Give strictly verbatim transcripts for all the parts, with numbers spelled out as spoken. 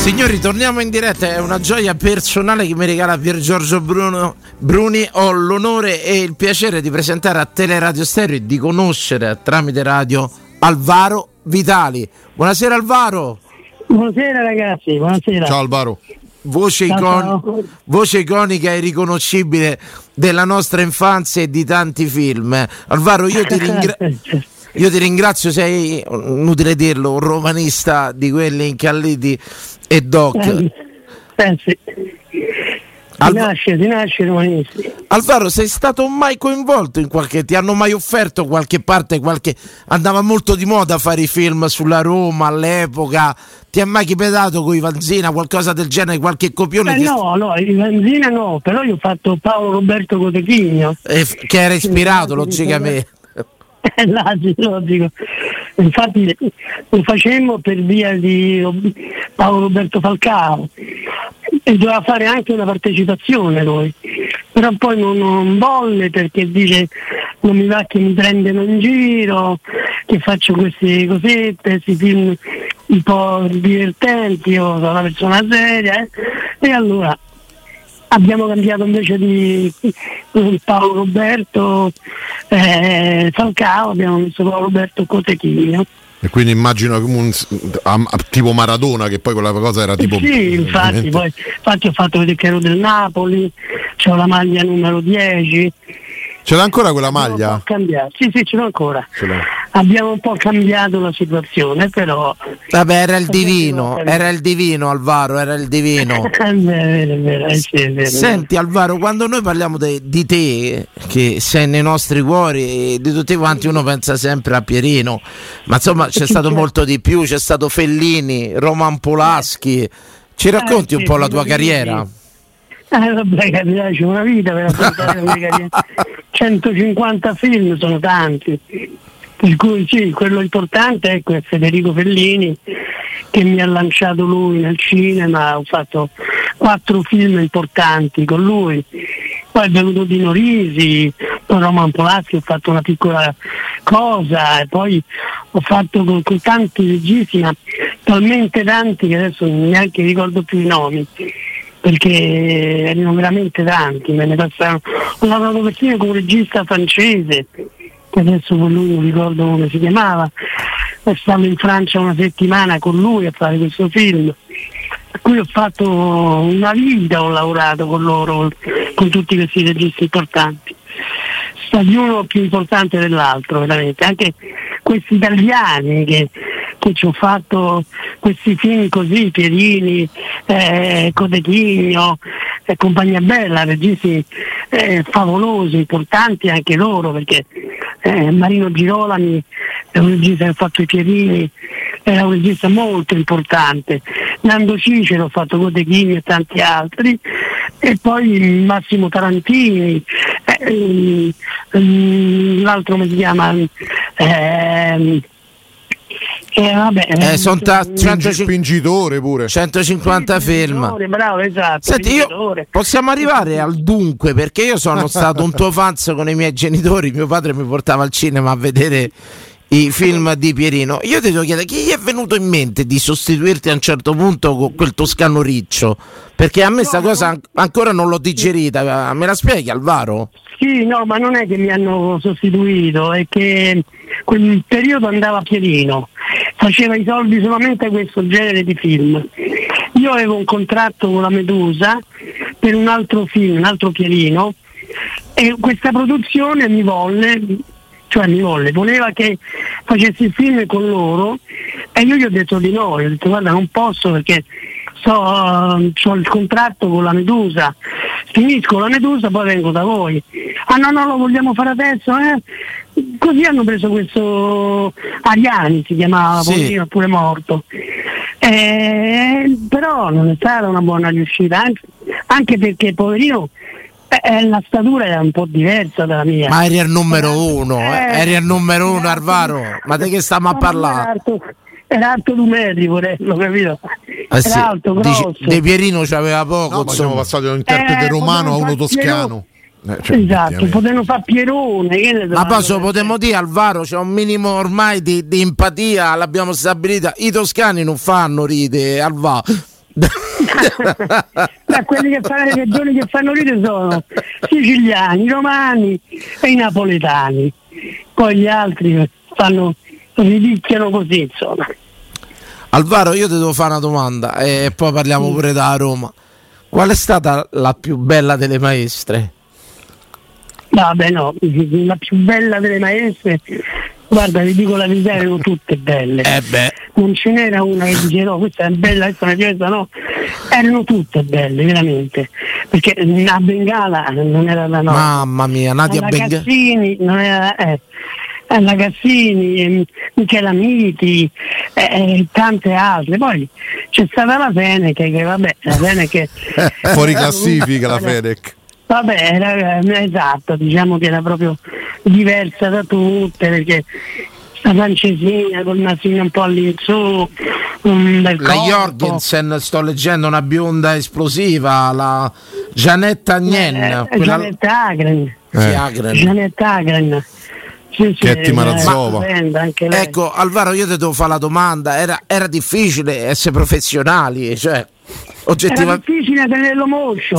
Signori, torniamo in diretta, è una gioia personale che mi regala Pier Giorgio Bruno Bruni. Ho l'onore e il piacere di presentare a Teleradio Stereo e di conoscere tramite radio Alvaro Vitali. Buonasera Alvaro. Buonasera ragazzi, buonasera. Ciao Alvaro. Voce, ciao, icon- ciao. voce iconica e riconoscibile della nostra infanzia e di tanti film. Alvaro, io ti ringrazio. Io ti ringrazio, sei, inutile dirlo, un romanista di quelli incalliti e doc. Eh, eh sì. Alv- si nasce, si nasce romanisti. Alvaro, sei stato mai coinvolto in qualche, ti hanno mai offerto qualche parte, qualche, andava molto di moda fare i film sulla Roma all'epoca, ti è mai capitato con i Vanzina, qualcosa del genere, qualche copione? Eh, che... no, no, i Vanzina no, però io ho fatto Paolo Roberto Cotechigno. Eh, che era ispirato, logicamente. Eh, logico. Infatti lo facemmo per via di Paolo Roberto Falcao e doveva fare anche una partecipazione lui, però poi non, non volle perché dice non mi va che mi prendono in giro, che faccio queste cosette, questi film un po' divertenti, io sono una persona seria eh? E allora abbiamo cambiato invece di Paolo Roberto eh, Falcao, abbiamo messo Paolo Roberto Cotechigno. E quindi immagino come un, a, a, tipo Maradona, che poi quella cosa era tipo... Sì, infatti, poi, infatti ho fatto vedere che ero del Napoli, c'ho la maglia numero dieci. Ce l'ha ancora quella maglia? Sì, sì, ce l'ho ancora. Ce l'ho. Abbiamo un po' cambiato la situazione, però... Vabbè, era il divino, era il divino Alvaro, era il divino. È vero, è vero, è sì, è vero. Senti Alvaro, quando noi parliamo de, di te, che sei nei nostri cuori, di tutti quanti uno pensa sempre a Pierino, ma insomma c'è stato molto di più, c'è stato Fellini, Roman Polanski. Ci racconti eh, un sì, po' la sì, tua sì, carriera? Sì. Eh, vabbè, capirà, c'è una vita per affrontare la mia carriera. centocinquanta film sono tanti, per cui sì, quello importante ecco, è Federico Fellini, che mi ha lanciato lui nel cinema. Ho fatto quattro film importanti con lui, poi è venuto Dino Risi, con Roman Polanski ho fatto una piccola cosa, e poi ho fatto con, con tanti registi, ma talmente tanti che adesso neanche ricordo più i nomi, perché erano veramente tanti, me ne passarono. Ho lavorato persino con un regista francese, che adesso con lui non ricordo come si chiamava, è stato in Francia una settimana con lui a fare questo film, per cui ho fatto una vita, ho lavorato con loro, con tutti questi registi importanti, sta di uno più importante dell'altro veramente, anche questi italiani che che ci ho fatto questi film così, Pierini, eh, Cotechigno, eh, Compagnia Bella, registi eh, favolosi, importanti anche loro, perché eh, Marino Girolami è un regista che ha fatto i Pierini, era un regista molto importante, Nando Cicero ha fatto Cotechigno e tanti altri, e poi Massimo Tarantini, eh, eh, l'altro come si chiama? Eh, Eh, vabbè, eh, sono ta- centocinquanta pure centocinquanta film. Bravo, esatto. Senti, io, possiamo arrivare al dunque, perché io sono stato un tuo fan con i miei genitori. Mio padre mi portava al cinema a vedere i film di Pierino. Io ti devo chiedere, chi gli è venuto in mente di sostituirti a un certo punto con quel toscano riccio? Perché a me sta no, cosa no. ancora non l'ho digerita. Me la spieghi, Alvaro? Sì, no, ma non è che mi hanno sostituito, è che quel periodo andava Pierino, faceva i soldi solamente a questo genere di film. Io avevo un contratto con la Medusa per un altro film, un altro Pierino, e questa produzione mi volle, cioè mi volle, voleva che facessi il film con loro, e io gli ho detto di no, gli ho detto guarda non posso perché so, uh, ho il contratto con la Medusa, finisco la Medusa poi vengo da voi. Ah no no lo vogliamo fare adesso, eh? Così hanno preso questo Ariani, si chiamava, sì. Poverino, pure morto, eh, però non è stata una buona riuscita, anche, anche perché poverino eh, la statura era un po' diversa dalla mia. Ma eri il numero uno, eh, eri il numero uno, Alvaro, ma di che stiamo a parlare? Era alto due metri, vorremmo, capito? Eh sì, era alto, grosso. De Pierino c'aveva poco, no, ma siamo passati da un interprete eh, romano a uno toscano. Eh, cioè, esatto, potevano fare Pierone. Che ma poi se potremmo dire, Alvaro, c'è un minimo ormai di, di empatia, l'abbiamo stabilita. I toscani non fanno ride, Alvaro. Ma quelli che fanno le regioni che fanno ridere sono siciliani, romani e i napoletani, poi gli altri fanno ridicchiano così, insomma. Alvaro, io ti devo fare una domanda e poi parliamo pure da Roma. Qual è stata la più bella delle maestre? Vabbè, no, la più bella delle maestre, guarda, vi dico la verità, erano tutte belle. Eh beh. Non ce n'era una che dice no, questa è bella, questa è una diversa, no. Erano tutte belle, veramente. Perché la Bengala non era la nostra. Mamma mia, Nadia la Bengala. Cassini non era. Eh. La Cassini, Michela Miti, eh, tante altre. Poi c'è stata la Fenech, che vabbè, la Fenech fuori classifica la Fenech. Vabbè, era, esatto, diciamo che era proprio diversa da tutte, perché la francesina col nasino un po' all'insù, un bel la corpo. Jorgensen, sto leggendo, una bionda esplosiva, la Janetta Nien, eh, quella... Janetta Agren. Eh. Agren. Janetta Agren. Sì, sì, Ketty Marazzova. Anche lei. Ecco, Alvaro, io ti devo fare la domanda, era, era difficile essere professionali, cioè oggettivamente era difficile tenerlo moscio.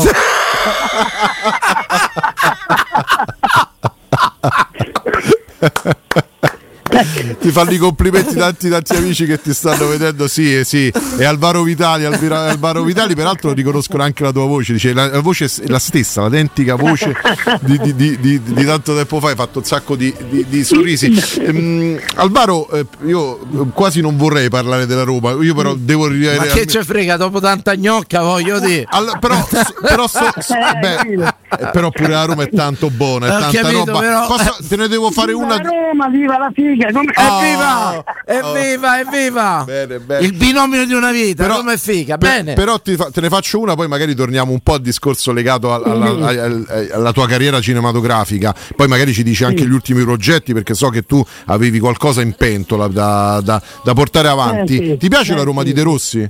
Ti fanno i complimenti tanti tanti amici che ti stanno vedendo. Sì, eh, sì, è Alvaro Vitali. Alvira, Alvaro Vitali, peraltro riconoscono anche la tua voce. Dice la, la voce è la stessa, l'identica voce di, di, di, di, di tanto tempo fa. Hai fatto un sacco di, di, di sorrisi. Ehm, Alvaro, eh, io quasi non vorrei parlare della Roma. Io però devo dire. Ma che ce frega, dopo tanta gnocca, voglio dire. All, però, però, so, so, beh, però pure la Roma è tanto buona, è Ho tanta capito, roba. però... Cosa, te ne devo fare viva una. La Roma, viva la figa! Come... Oh, evviva! Evviva, evviva! Bene, bene. Il binomio di una vita, però, Roma è figa, per, bene. Però ti fa, te ne faccio una, poi magari torniamo un po' al discorso legato alla, alla, alla, alla tua carriera cinematografica. Poi magari ci dici anche gli ultimi progetti, perché so che tu avevi qualcosa in pentola da, da, da portare avanti. Eh, sì. Ti piace eh, la Roma sì. di De Rossi?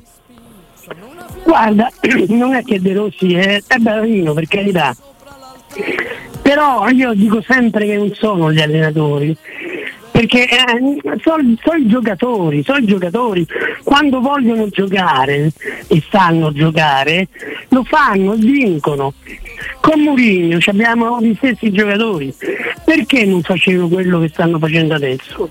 Guarda, non è che De Rossi è, è bravino, per carità, però io dico sempre che non sono gli allenatori, perché eh, sono, sono i giocatori, sono i giocatori, quando vogliono giocare e sanno giocare, lo fanno, vincono. Con Mourinho abbiamo gli stessi giocatori, perché non facevano quello che stanno facendo adesso?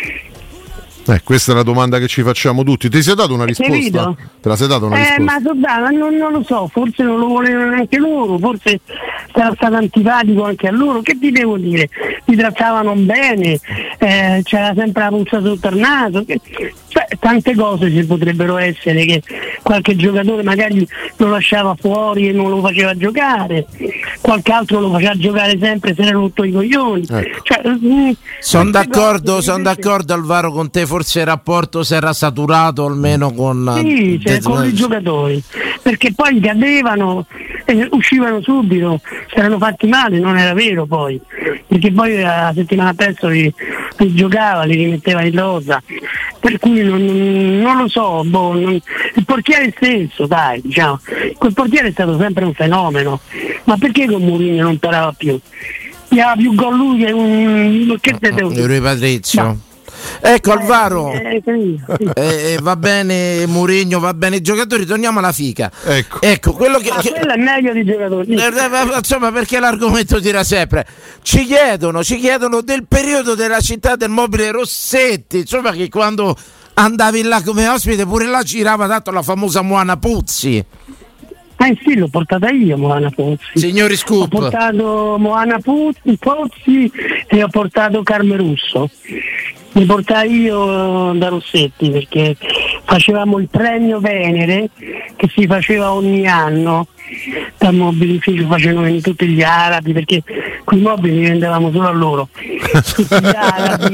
Eh, questa è la domanda che ci facciamo tutti. Ti sei dato una risposta? Te la sei data una eh, risposta? Ma Soldano, non, non lo so, forse non lo volevano neanche loro, forse sarà stato antipatico anche a loro. Che ti devo dire? Li trattavano bene, eh, c'era sempre la puzza sotto il naso, che, cioè, tante cose ci potrebbero essere, che qualche giocatore magari lo lasciava fuori e non lo faceva giocare, qualche altro lo faceva giocare sempre se era rotto i coglioni. Ecco. Cioè, sono d'accordo, sono d'accordo Alvaro con te, forse il rapporto si era saturato almeno con, sì, cioè, con i giocatori, perché poi cadevano e uscivano subito, si erano fatti male, non era vero poi, perché poi la settimana presto li, li giocava, li rimetteva in rosa, per cui non, non lo so, boh, non, il portiere stesso, dai, diciamo, quel portiere è stato sempre un fenomeno, ma perché con Mourinho non parava più? Gli aveva più gol lui che un... che te devo dire? Rui Patrizio. No. Ecco Alvaro, eh, eh, sì. eh, va bene Mourinho, va bene i giocatori, torniamo alla fica. Ecco, ecco quello che, ah, che... quello è meglio di giocatori. Eh, insomma, perché l'argomento tira sempre. Ci chiedono, ci chiedono del periodo della città del mobile Rossetti, insomma, che quando andavi là come ospite pure là girava tanto la famosa Moana Puzzi. Eh sì, l'ho portata io Moana Pozzi. Signori Scoop. Ho portato Moana Pozzi, Pozzi e ho portato Carme Russo. Mi portai io da Rossetti perché facevamo il premio Venere che si faceva ogni anno dal mobilificio, facevano venire tutti gli arabi, perché quei mobili li vendevamo solo a loro, tutti gli arabi.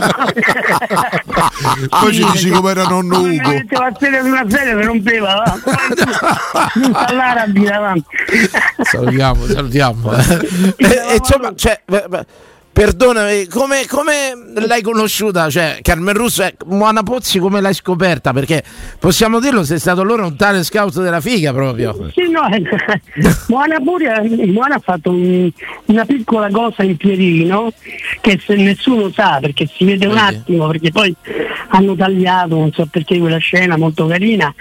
Poi ci dici come era nonno Ugo, mi metteva a sedere una sedia che rompeva, all'arabi davanti. Salutiamo, salutiamo. e, e insomma, cioè, perdonami, come, come l'hai conosciuta? Cioè, Carmen Russo, eh, Moana Pozzi, come l'hai scoperta? Perché possiamo dirlo, sei stato loro un tale scout della figa proprio. Sì, no, Moana pure, Moana ha fatto un, una piccola cosa in Pierino che se nessuno sa, perché si vede un attimo, perché poi hanno tagliato, non so perché, quella scena molto carina,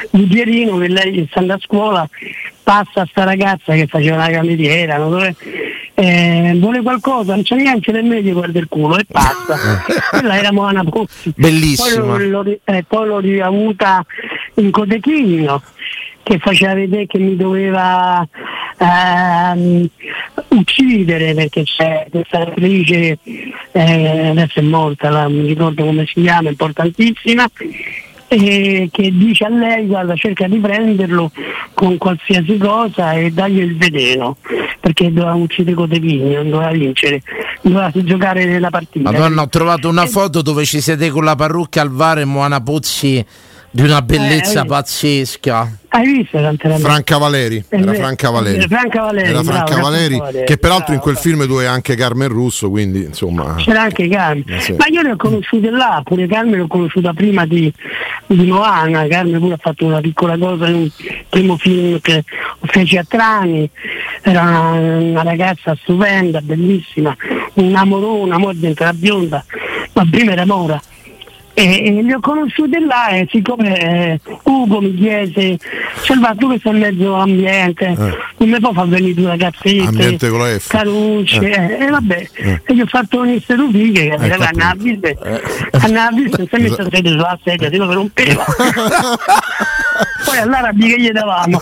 di Pierino, che lei stando a scuola passa a sta ragazza che faceva la cameriera, no? Dove, eh, vuole qualcosa, non c'è niente nel medio, guarda il culo e passa. Quella era Moana Pozzi. Bellissima. Poi l'ho, l'ho, eh, poi l'ho riavuta in Cotechino, che faceva vedere che mi doveva ehm, uccidere, perché c'è questa attrice, eh, adesso è morta, la, non mi ricordo come si chiama, importantissima, eh, che dice a lei: guarda, cerca di prenderlo con qualsiasi cosa e dagli il veleno, perché doveva uccidere Cotechini, non doveva vincere, doveva giocare nella partita. Madonna, ho trovato una foto dove ci siete con la parrucca al VAR e Moana Pozzi di una bellezza eh, pazzesca. Hai visto tante Franca Valeri, era Franca Valeri. Franca Valeri, era bravo, Franca Valeri, Valeri, che peraltro bravo, in quel bravo. film dove è anche Carmen Russo, quindi insomma. C'era anche Carmen. Eh, sì. Ma io le ho conosciute là, pure Carmen l'ho conosciuta prima di, di Moana. Carmen pure ha fatto una piccola cosa in un primo film che fece a Trani, era una, una ragazza stupenda, bellissima, un amorone, amore diventa bionda, ma prima era mora. E, e le ho conosciute là, e siccome eh, Ugo mi chiese: Salva, tu che sei in mezzo all'ambiente, eh. non mi può far venire due ragazzette, ambiente con la F, Carucce, eh. e vabbè, eh. e gli ho fatto venire queste rubriche che eh, hanno la vista, hanno la vista, si è messo a sedere sulla sedia, se no mi rompeva. Poi allora che gli davamo.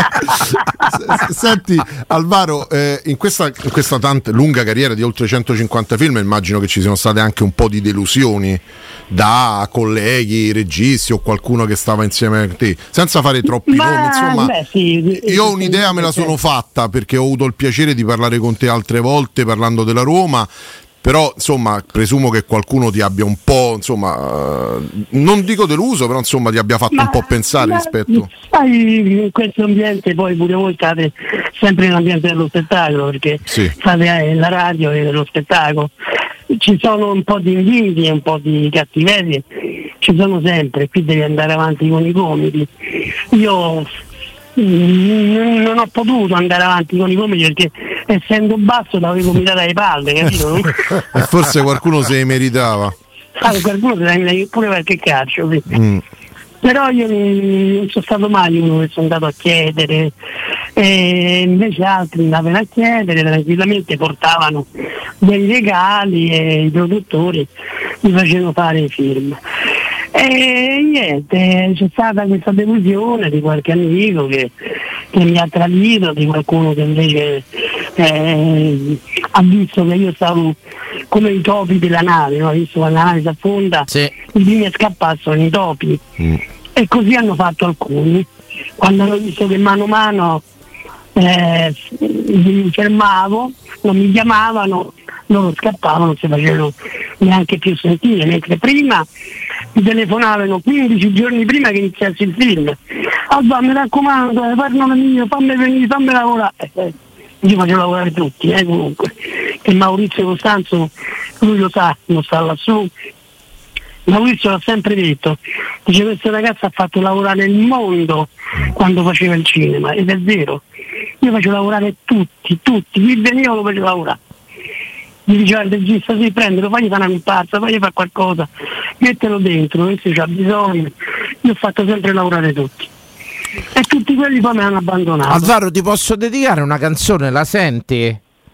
Senti Alvaro, eh, in questa, in questa tante, lunga carriera di oltre centocinquanta film, immagino che ci siano state anche un po' di delusioni da colleghi, registi o qualcuno che stava insieme a te, senza fare troppi Ma, nomi, insomma. Beh, sì, io ho un'idea, me la sono fatta, perché ho avuto il piacere di parlare con te altre volte parlando della Roma. Però insomma presumo che qualcuno ti abbia un po', insomma, uh, non dico deluso, però insomma ti abbia fatto ma, un po' pensare ma, rispetto. Sai, in questo ambiente poi pure voi state sempre nell'ambiente dello spettacolo, perché sì. fate eh, la radio e lo spettacolo. Ci sono un po' di invidie, un po' di cattiverie, ci sono sempre, qui devi andare avanti con i gomiti. Io mm, non ho potuto andare avanti con i gomiti perché essendo basso l'avevo mirato alle palle, capito? E forse qualcuno se ne meritava. Ah, qualcuno se ne meritava pure qualche calcio, sì. Mm. Però io non sono stato mai uno che sono andato a chiedere, e invece altri andavano a chiedere, tranquillamente portavano dei regali e i produttori mi facevano fare i film. E niente, c'è stata questa delusione di qualche amico che, che mi ha tradito, di qualcuno che invece eh, ha visto che io stavo come i topi della nave, no? Ha visto quando la nave si affonda, sì. I primi a scappare sono i topi, mm. E così hanno fatto alcuni. Quando hanno visto che mano a mano eh, mi fermavo, non mi chiamavano, loro scappavano, non si facevano neanche più sentire, mentre prima mi telefonavano quindici giorni prima che iniziasse il film. Alba, mi raccomando, eh, per nome mio, fammi venire, fammi lavorare. Eh, io faccio lavorare tutti, eh, comunque. E Maurizio Costanzo, lui lo sa, non sta lassù. Maurizio l'ha sempre detto, dice: questa ragazza ha fatto lavorare il mondo quando faceva il cinema, ed è vero. Io faccio lavorare tutti, tutti, chi veniva lo faccio lavorare. Mi diceva il regista: sì, prendelo, fagli fare una comparsa, fagli fare qualcosa, mettelo dentro, questo c'ha bisogno. Io ho fatto sempre lavorare tutti. E tutti quelli poi mi hanno abbandonato. Alvaro, ti posso dedicare una canzone, la senti?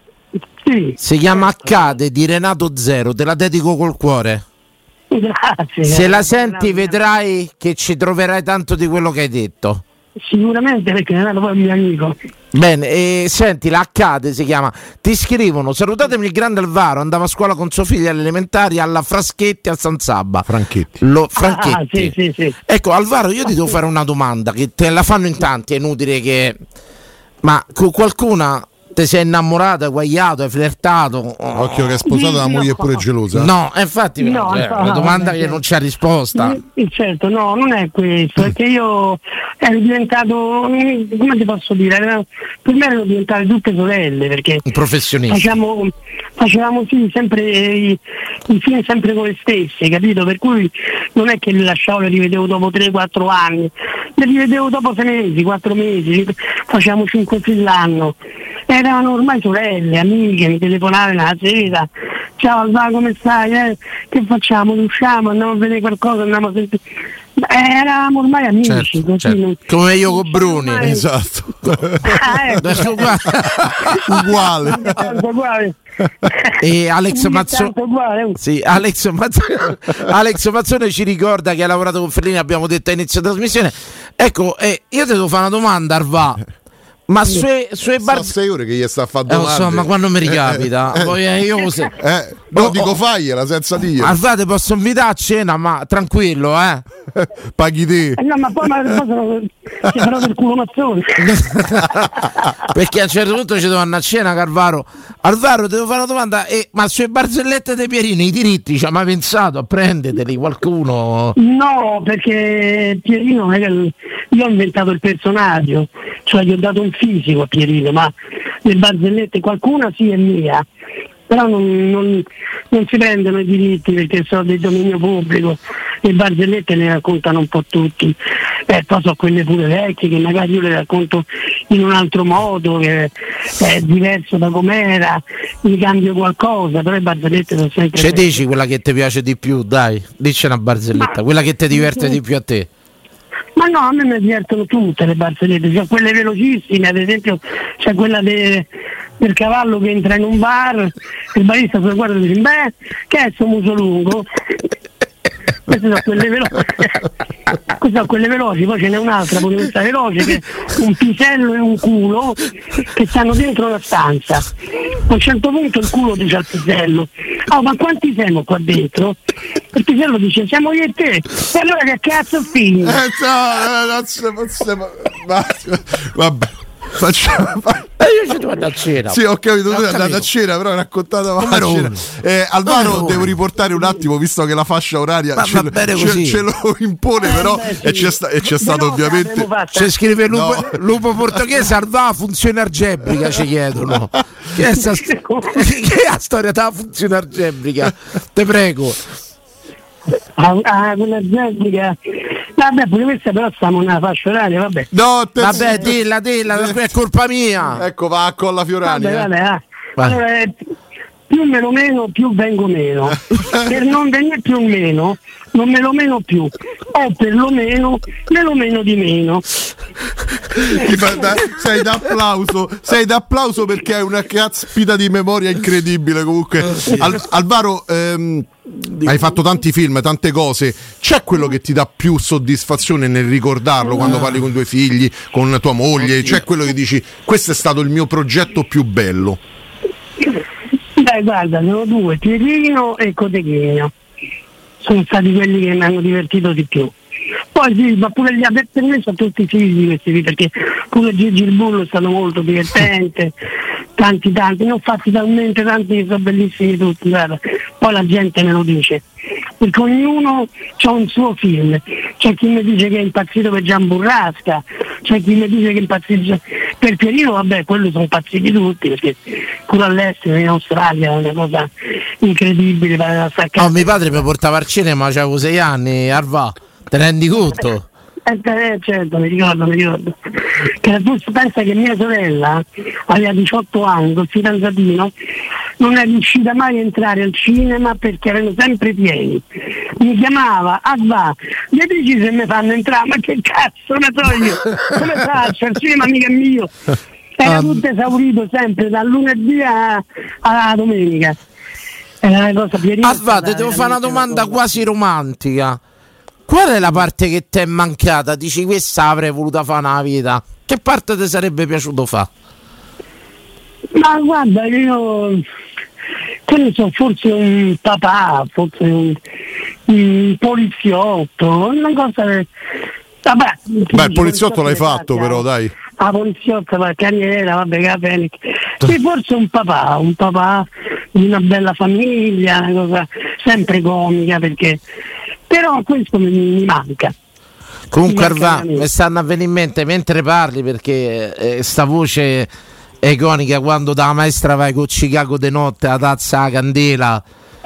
Sì. Si chiama Accade di Renato Zero, te la dedico col cuore. Grazie. Se la senti vedrai che ci troverai tanto di quello che hai detto. Sicuramente, perché Renato poi è un mio amico. Bene, e senti, la Accade si chiama. Ti scrivono: salutatemi il grande Alvaro, andava a scuola con suo figlio alle elementari alla Fraschetti a San Sabba. Franchetti. Lo, Franchetti. Ah, sì, sì, sì. Ecco Alvaro, io ti devo fare una domanda che te la fanno in tanti, è inutile che... Ma con qualcuna ti sei innamorata, hai guagliato, hai flirtato? Occhio che è sposato, la moglie è pure gelosa. No, infatti no, cioè, no, una domanda no, che non c'è risposta. Certo, no, non è questo, perché io ero diventato, come ti posso dire, per me erano diventate tutte sorelle, perché professionisti. Facciamo, facevamo sì, sempre i, i film sempre con le stesse, capito? Per cui non è che le lasciavo, le rivedevo dopo tre quattro anni, le rivedevo dopo sei mesi, quattro mesi, facciamo cinque film l'anno. Erano ormai sorelle, amiche, mi telefonavano la sera: ciao Alva, come stai? Eh? Che facciamo? Usciamo, andiamo a vedere qualcosa, andiamo a sentire. eravamo ormai amici, certo, così certo. Non, come io con Bruni, ormai... esatto. Ah, ecco. uguale. uguale. E Alex Mazzone, sì, Alex Mazzone, Alex Mazzone ci ricorda che ha lavorato con Fellini, abbiamo detto a inizio trasmissione. Ecco, eh, io ti devo fare una domanda, Arvà. Ma sue, sue bar... sei ore che gli sta a fare eh, domande. so, ma quando mi ricapita eh, eh, poi eh, io se... eh, no, oh, dico oh, fagliela senza dire. Alfate, posso invitare a cena, ma tranquillo, eh. Paghi te. Eh, no, ma poi ma, poi si farà del culo mazzone. Perché a un certo punto ci devo andare a cena, Carvaro. Alvaro, devo fare una domanda, eh, ma sulle barzellette dei Pierino i diritti ci ha mai pensato a prendeteli qualcuno? No, perché Pierino non è che io ho inventato il personaggio, cioè gli ho dato un fisico a Pierino, ma le barzellette qualcuna sì è mia, però non, non, non si prendono i diritti perché sono del dominio pubblico, le barzellette le raccontano un po' tutti, eh, poi sono quelle pure vecchie che magari io le racconto in un altro modo, che è diverso da com'era, mi cambio qualcosa, però le barzellette sono sempre... Ci dici quella che ti piace di più, dai, dici una barzelletta, ma... quella che ti diverte di più a te. Ma no, a me mi divertono tutte le barzellette, cioè quelle velocissime, ad esempio c'è quella de, del cavallo che entra in un bar, il barista se lo guarda e dice, beh, che è sto muso lungo? Queste sono quelle veloci, queste sono quelle veloci, poi ce n'è un'altra pure questa veloce che è un pisello e un culo che stanno dentro una stanza. A un certo punto il culo dice al pisello, oh ma quanti siamo qua dentro? Il pisello dice siamo io e te, e allora che cazzo figli? Eh, no, no, no, no, vabbè. Facciamo. E io ci devo andare a cena. Sì, ho capito, tu sei andato a cena, però raccontata a cena. Eh, Alvaro, devo riportare un attimo, visto che la fascia oraria ce, ce, ce lo impone, però eh, e c'è, sta, e c'è stato ovviamente. C'è scrive lupo, no. lupo portoghese, Alvaro funzione algebrica, ci chiedono. Che è sta, che è la storia della funzione algebrica? Te prego. Ah, ah, quella algebrica. Vabbè, pure questa però stiamo nella fascia oraria, vabbè. No, vabbè, dilla, dilla, è colpa mia. Ecco, va a Colla Fiorani. Vabbè, eh. vabbè, ah. Allora, eh, più me lo meno, più vengo meno. Per non venire più meno, non me lo meno più. O perlomeno me lo meno di meno. Sei d'applauso, sei d'applauso perché hai una caspita di memoria incredibile. Comunque, Al, Alvaro, ehm, hai fatto tanti film, tante cose. C'è quello che ti dà più soddisfazione nel ricordarlo quando parli con i tuoi figli, con tua moglie? C'è quello che dici questo è stato il mio progetto più bello? Beh, guarda, sono due, Pierino e Cotechino. Sono stati quelli che mi hanno divertito di più. Poi sì, ma pure gli altri, per me sono tutti figli questi qui, perché pure Gigi il Bullo è stato molto divertente, tanti tanti, ne ho fatti talmente tanti che sono bellissimi tutti, guarda. Poi la gente me lo dice, perché ognuno ha un suo film, c'è chi mi dice che è impazzito per Gian Burrasca, c'è chi mi dice che è impazzito per Pierino, vabbè, quelli sono impazziti tutti, perché pure all'estero, in Australia, è una cosa incredibile. Oh, mio padre mi portava al cinema, avevo sei anni, Arvà. Te ne rendi conto? Eh, eh, certo, mi ricordo, mi ricordo. Che tu pensa che mia sorella aveva diciotto anni, col fidanzatino, non è riuscita mai a entrare al cinema perché erano sempre pieni. Mi chiamava, ah va, gli amici se mi fanno entrare, ma che cazzo ne so io? Come faccio? Il cinema mica è mio. Era um, tutto esaurito sempre, dal lunedì a, alla domenica. Era una cosa pienissima. Ah va, ti devo fare una domanda quasi romantica. Qual è la parte che ti è mancata? Dici questa avrei voluto fare una vita. Che parte ti sarebbe piaciuto fare? Ma guarda, io che ne so, forse un papà, forse un, un poliziotto, una cosa che... Vabbè, Beh, il poliziotto l'hai fatto fatti, però, dai. La poliziotta, la carriera, vabbè, che bene. Sì, forse un papà, un papà di una bella famiglia, una cosa sempre comica, perché... Però questo mi, mi manca. Comunque Arvà, mi stanno a venire in mente mentre parli, perché eh, sta voce è iconica quando da maestra vai con Chicago de notte la tazza a candela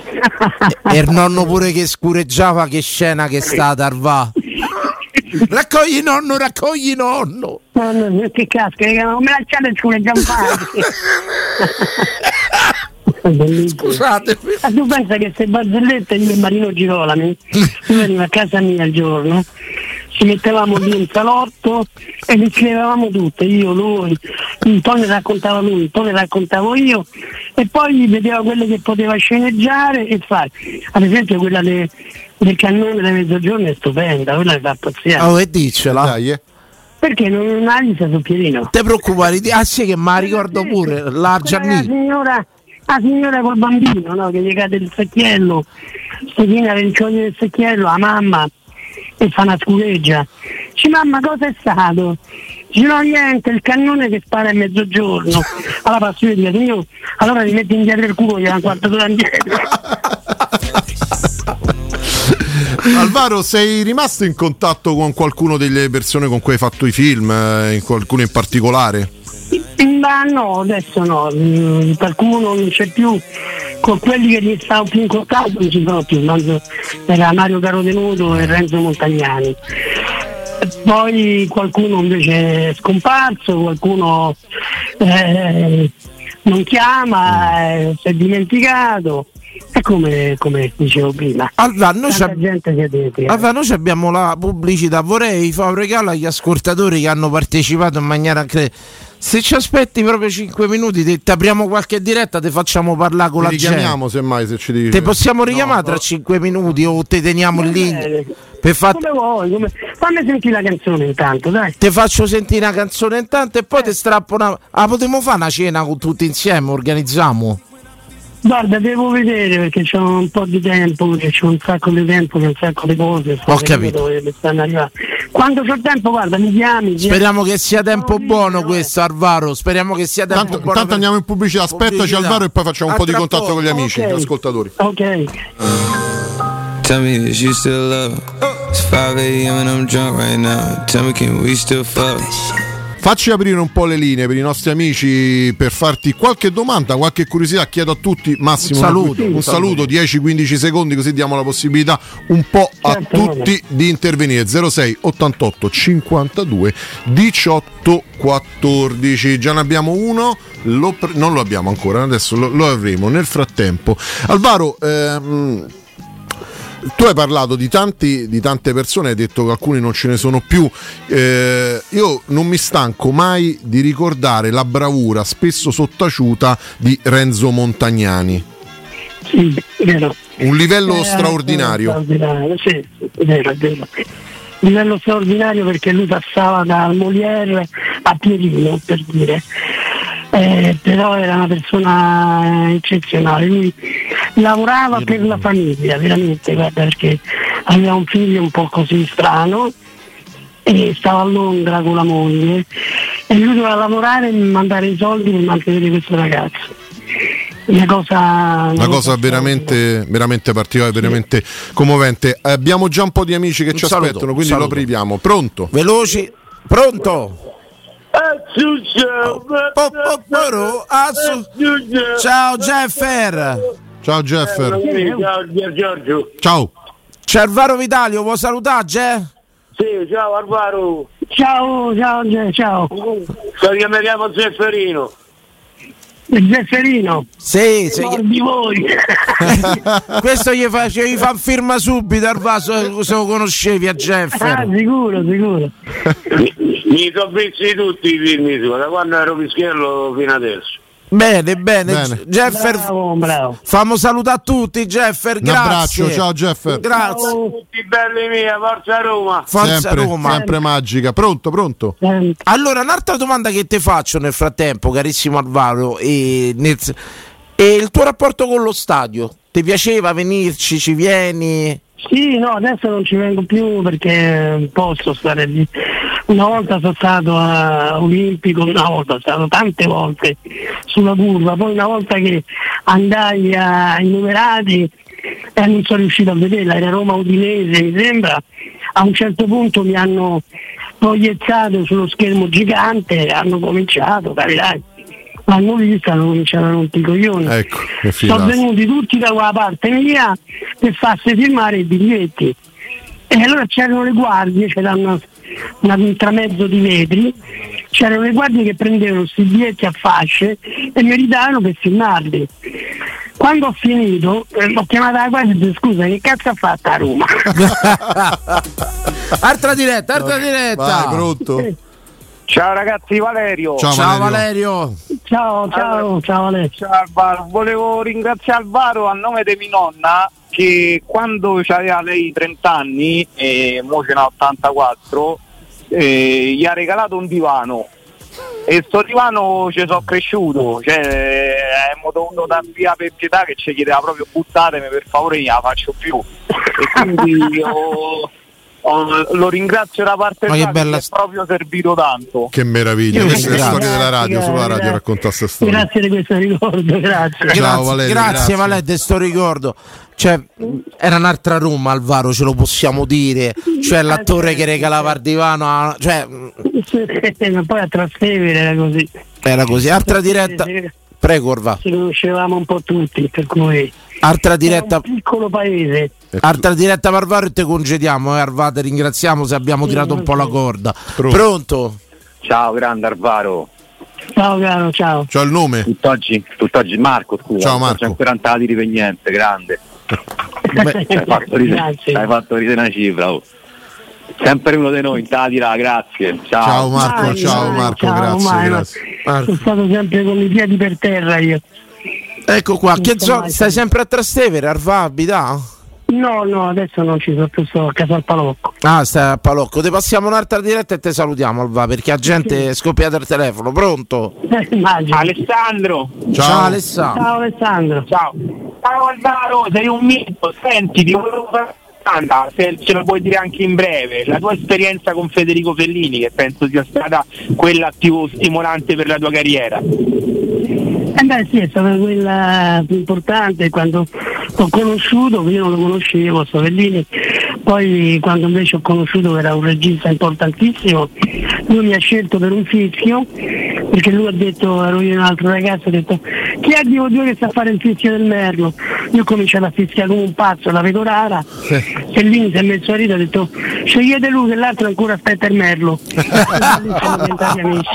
e il nonno pure che scureggiava, che scena che è stata, Arvà. Raccogli nonno, raccogli nonno. No, no, che cazzo, non me lasciate scureggiare. Scusate. Ma tu pensa che se barzellette io e Marino Girolami tu veniva a casa mia il giorno, ci mettevamo lì in salotto e li scrivevamo tutte, io, lui, un po' ne raccontava lui, un po' ne raccontavo io, e poi vedeva quelle che poteva sceneggiare e fare. Ad esempio quella de, del cannone da mezzogiorno è stupenda, quella che fa pazziare. Oh, e diccela. Dai, eh. Perché non hai visto sul piedino? Te preoccupare, ah sì che me la ricordo pure, la La Giannini. signora, la signora col bambino, no? Che gli cade il secchiello, sticchina le ricciogne del secchiello, la mamma, e fa una scureggia. Dice, mamma, cosa è stato? Dice, no, niente, il cannone che spara a mezzogiorno. Allora passo io e dico, io, allora ti metti indietro il culo, gli da un quarto d'ora indietro. Alvaro, sei rimasto in contatto con qualcuno delle persone con cui hai fatto i film, eh, in qualcuno in particolare? Ma no, adesso no, mm, qualcuno non c'è più, con quelli che gli stavo più in contatto non ci sono più, no? Era Mario Carotenuto e Renzo Montagnani. Poi qualcuno invece è scomparso, qualcuno eh, non chiama, eh, si è dimenticato. È come, come dicevo prima. Allora, noi, Tanta gente si è dimenticata. allora, noi abbiamo la pubblicità. Vorrei fare un regalo agli ascoltatori che hanno partecipato in maniera cre- se ci aspetti proprio cinque minuti, ti apriamo qualche diretta, ti facciamo parlare con Ti la gente. richiamiamo semmai se ci dici. Te possiamo richiamare No, tra no. cinque minuti o te teniamo in linea Bene. per far... Come vuoi, come... fammi sentire la canzone intanto, dai. Te faccio sentire una canzone intanto e poi ti strappo una... Ah, potremmo fare una cena con tutti insieme, organizziamo. Guarda, devo vedere perché c'ho un po' di tempo, perché c'ho un sacco di tempo, c'ho un sacco di cose. Ho capito. Dove mi stanno arrivando. Quando c'ho tempo, guarda, mi chiami. Speriamo che sia tempo buono questo, Alvaro. Speriamo che sia tempo Tanto, buono. tanto per- andiamo in pubblicità, aspettaci Pubblicità. Alvaro e poi facciamo un A po' di tra contatto poco. con gli amici, Ok. gli ascoltatori. Ok. Tell me that you still love her. It's five a.m. and I'm drunk right now. Tell me, can we still fuck? Facci aprire un po' le linee per i nostri amici per farti qualche domanda, qualche curiosità. Chiedo a tutti massimo Un saluto. un saluto, dieci quindici secondi, così diamo la possibilità un po' a Certo, tutti di intervenire. Zero sei ottantotto cinquantadue diciotto quattordici. Già ne abbiamo uno, lo pre- non lo abbiamo ancora, adesso lo, lo avremo nel frattempo. Alvaro, ehm, tu hai parlato di tanti, di tante persone, hai detto che alcuni non ce ne sono più. Eh, io non mi stanco mai di ricordare la bravura spesso sottaciuta di Renzo Montagnani. Sì, vero. Un livello Eh, straordinario. straordinario, sì, è vero, è vero. Livello straordinario perché lui passava dal Molière a Pierino, per dire. Eh, però era una persona eccezionale, lui lavorava per la famiglia, veramente, guarda, perché aveva un figlio un po' così strano e stava a Londra con la moglie e lui doveva lavorare e mandare i soldi per mantenere questo ragazzo. Una cosa, Una cosa veramente, veramente particolare, veramente commovente. Eh, Abbiamo già un po' di amici che Un ci saluto, aspettano, un quindi lo saluto. apriamo. Pronto? Veloci. Pronto? Po- po- poro, assu- Ciao Jeffer. Ciao Jeffer. Ciao Giorgio. Ciao. C'è Alvaro Vitalio, vuoi salutare? Ge? Sì, ciao Alvaro. Ciao, ciao, Ge- ciao. So che mi chiamo Zefferino. Zefferino, Sì, sì. di voi. Questo gli fa, gli fa firma subito Alvaro, se, se lo conoscevi a Ah, Jeffer. sicuro, sicuro. Mi sono visti tutti i film su, da quando ero pischello fino adesso. Bene, bene, Bene. Jeffer. Bravo, bravo. Famo salutare a tutti, Jeffer. Un Grazie. abbraccio, ciao Jeffer. Grazie. Tutti belli mia, forza Roma. Forza Sempre, Roma. sempre magica. Pronto, pronto? Eh, Allora, un'altra domanda che ti faccio nel frattempo, carissimo Alvaro, e, nel- e il tuo rapporto con lo stadio? Ti piaceva venirci, ci vieni? Sì, no, adesso non ci vengo più perché non posso stare lì. Una volta sono stato a Olimpico, una volta, sono stato tante volte sulla curva, poi una volta che andai ai numerati e non sono riuscito a vederla, era Roma Udinese mi sembra, a un certo punto mi hanno proiettato sullo schermo gigante e hanno cominciato, capirai, l'hanno vista, hanno cominciato a rompere i coglioni. Ecco, che Sono filato. venuti tutti da quella parte mia per farsi firmare i biglietti e allora c'erano le guardie, c'era una, una- un tramezzo di vetri, c'erano le guardie che prendevano questi biglietti a fasce e mi ridavano per firmarli. Quando ho finito, eh, l'ho chiamata quasi e ho detto, scusa, che cazzo ha fatto a Roma? Altra diretta, altra diretta. Vai, pronto? Ciao ragazzi, Valerio. Ciao, Ciao Valerio. Valerio. Ciao, ciao, Allora, ciao Alessio. Ciao Alvaro, volevo ringraziare Alvaro a nome di mia nonna che quando aveva lei trenta anni e mo ce n'ha ottantaquattro, eh, gli ha regalato un divano e sto divano ci sono cresciuto, cioè abbiamo dovuto dar via per pietà che ci chiedeva proprio buttatemi per favore, non la faccio più e quindi io oh, lo ringrazio da parte Ma mia che bella perché è proprio servito tanto. Che meraviglia, Io queste sono le grazie, storie della radio, grazie, solo la radio grazie. racconta queste storie. Grazie di questo ricordo, grazie. Ciao, Grazie, Valerio, grazie, grazie. Valerio, di sto ricordo. Cioè, era un'altra Roma, Alvaro, ce lo possiamo dire. Cioè, l'attore che regalava il divano, a- cioè, Ma poi a Trastevere era così. era così. Altra diretta. Prego, Orva. Ci conoscevamo un po' tutti, per cui Altra era diretta. un piccolo paese. Altra diretta per Alvaro e te congediamo, eh, Arva, te ringraziamo se abbiamo tirato un po' la corda. Pronto. Pronto? Ciao grande Alvaro. Ciao caro, ciao. C'ho il nome? Tutt'oggi, tutt'oggi Marco, scusa, Ciao, non Marco. c'è ancora non te la tiri per niente, grande. Beh, Hai fatto ridere, Grazie. hai fatto ridere una cifra. Oh. Sempre uno di noi, in te la tira, grazie. Ciao. Ciao Marco, Mai, ciao mai, Marco, ciao, grazie, mai, grazie. ma sono stato sempre con i piedi per terra io. Ecco qua, che Non sto zo- mai stai sempre- sempre a Trastevere, Arva, abita? No, no, adesso non ci sono più, sto a casa al Palocco. Ah, stai a Palocco. Te passiamo un'altra diretta e te salutiamo, Alva, perché la gente è scoppiata il telefono. Pronto? Eh, immagino. Alessandro. Ciao, Ciao. Alessandro. Ciao Alessandro. Ciao. Ciao Alvaro, sei un mito, senti, ti volevo fare una domanda, se ce lo puoi dire anche in breve, la tua esperienza con Federico Fellini, che penso sia stata quella più stimolante per la tua carriera. Eh beh sì, è stata quella più importante quando l'ho conosciuto, io non lo conoscevo, Savellini, poi quando invece ho conosciuto che era un regista importantissimo, lui mi ha scelto per un fischio, perché lui ha detto, ero io e un altro ragazzo, ha detto chi è di voi due che sa fare il fischio del merlo? Io ho cominciato a fischiare come un pazzo, la vedo rara, Fellini si è messo a ridere, ha detto scegliete lui che l'altro ancora aspetta il merlo. E da lì siamo diventati amici.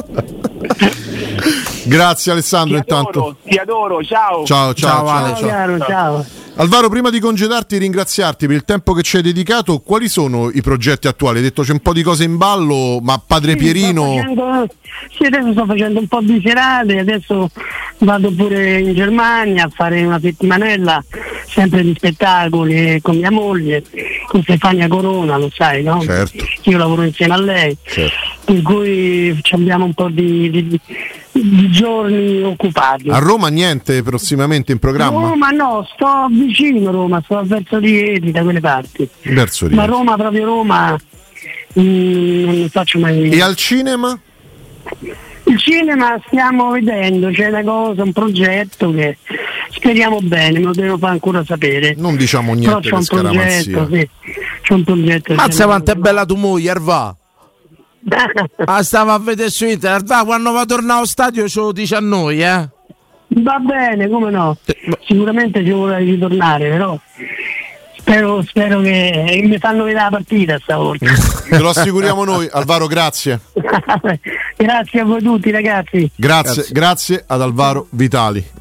Grazie Alessandro Ti intanto. adoro, ti adoro, ciao. Ciao, ciao, Ciao, ciao, Ale, ciao. Caro, ciao. Alvaro, prima di congedarti e ringraziarti per il tempo che ci hai dedicato, quali sono i progetti attuali? Hai detto c'è un po' di cose in ballo, ma Padre Sì, Pierino... sto facendo, sì, adesso sto facendo un po' di serate, adesso vado pure in Germania a fare una settimanella sempre di spettacoli con mia moglie, con Stefania Corona, lo sai, no? Certo. Io lavoro insieme a lei, Certo. per cui ci abbiamo un po' di, di, di giorni occupati. A Roma niente prossimamente in programma? Roma no, sto vicino Roma, sto verso Rieti, da quelle parti. Verso Ma Rieti. Roma, proprio Roma, mm, non ne faccio mai. E al cinema? Il cinema stiamo vedendo, c'è una cosa, un progetto che speriamo bene, me lo devo fare ancora sapere. Non diciamo Però niente c'è per un scaramanzia. progetto, sì. C'è un progetto. Mazza quanto è bella tua moglie, Arva. Ah, stava a vedere su internet. Arva, quando va a tornare allo stadio ce lo dice a noi, eh? Va bene, come no? Sicuramente ci vorrei ritornare, però spero, spero che mi fanno vedere la partita stavolta. Te lo assicuriamo noi. Alvaro, grazie. Grazie a voi tutti ragazzi. Grazie, grazie ad Alvaro Vitali.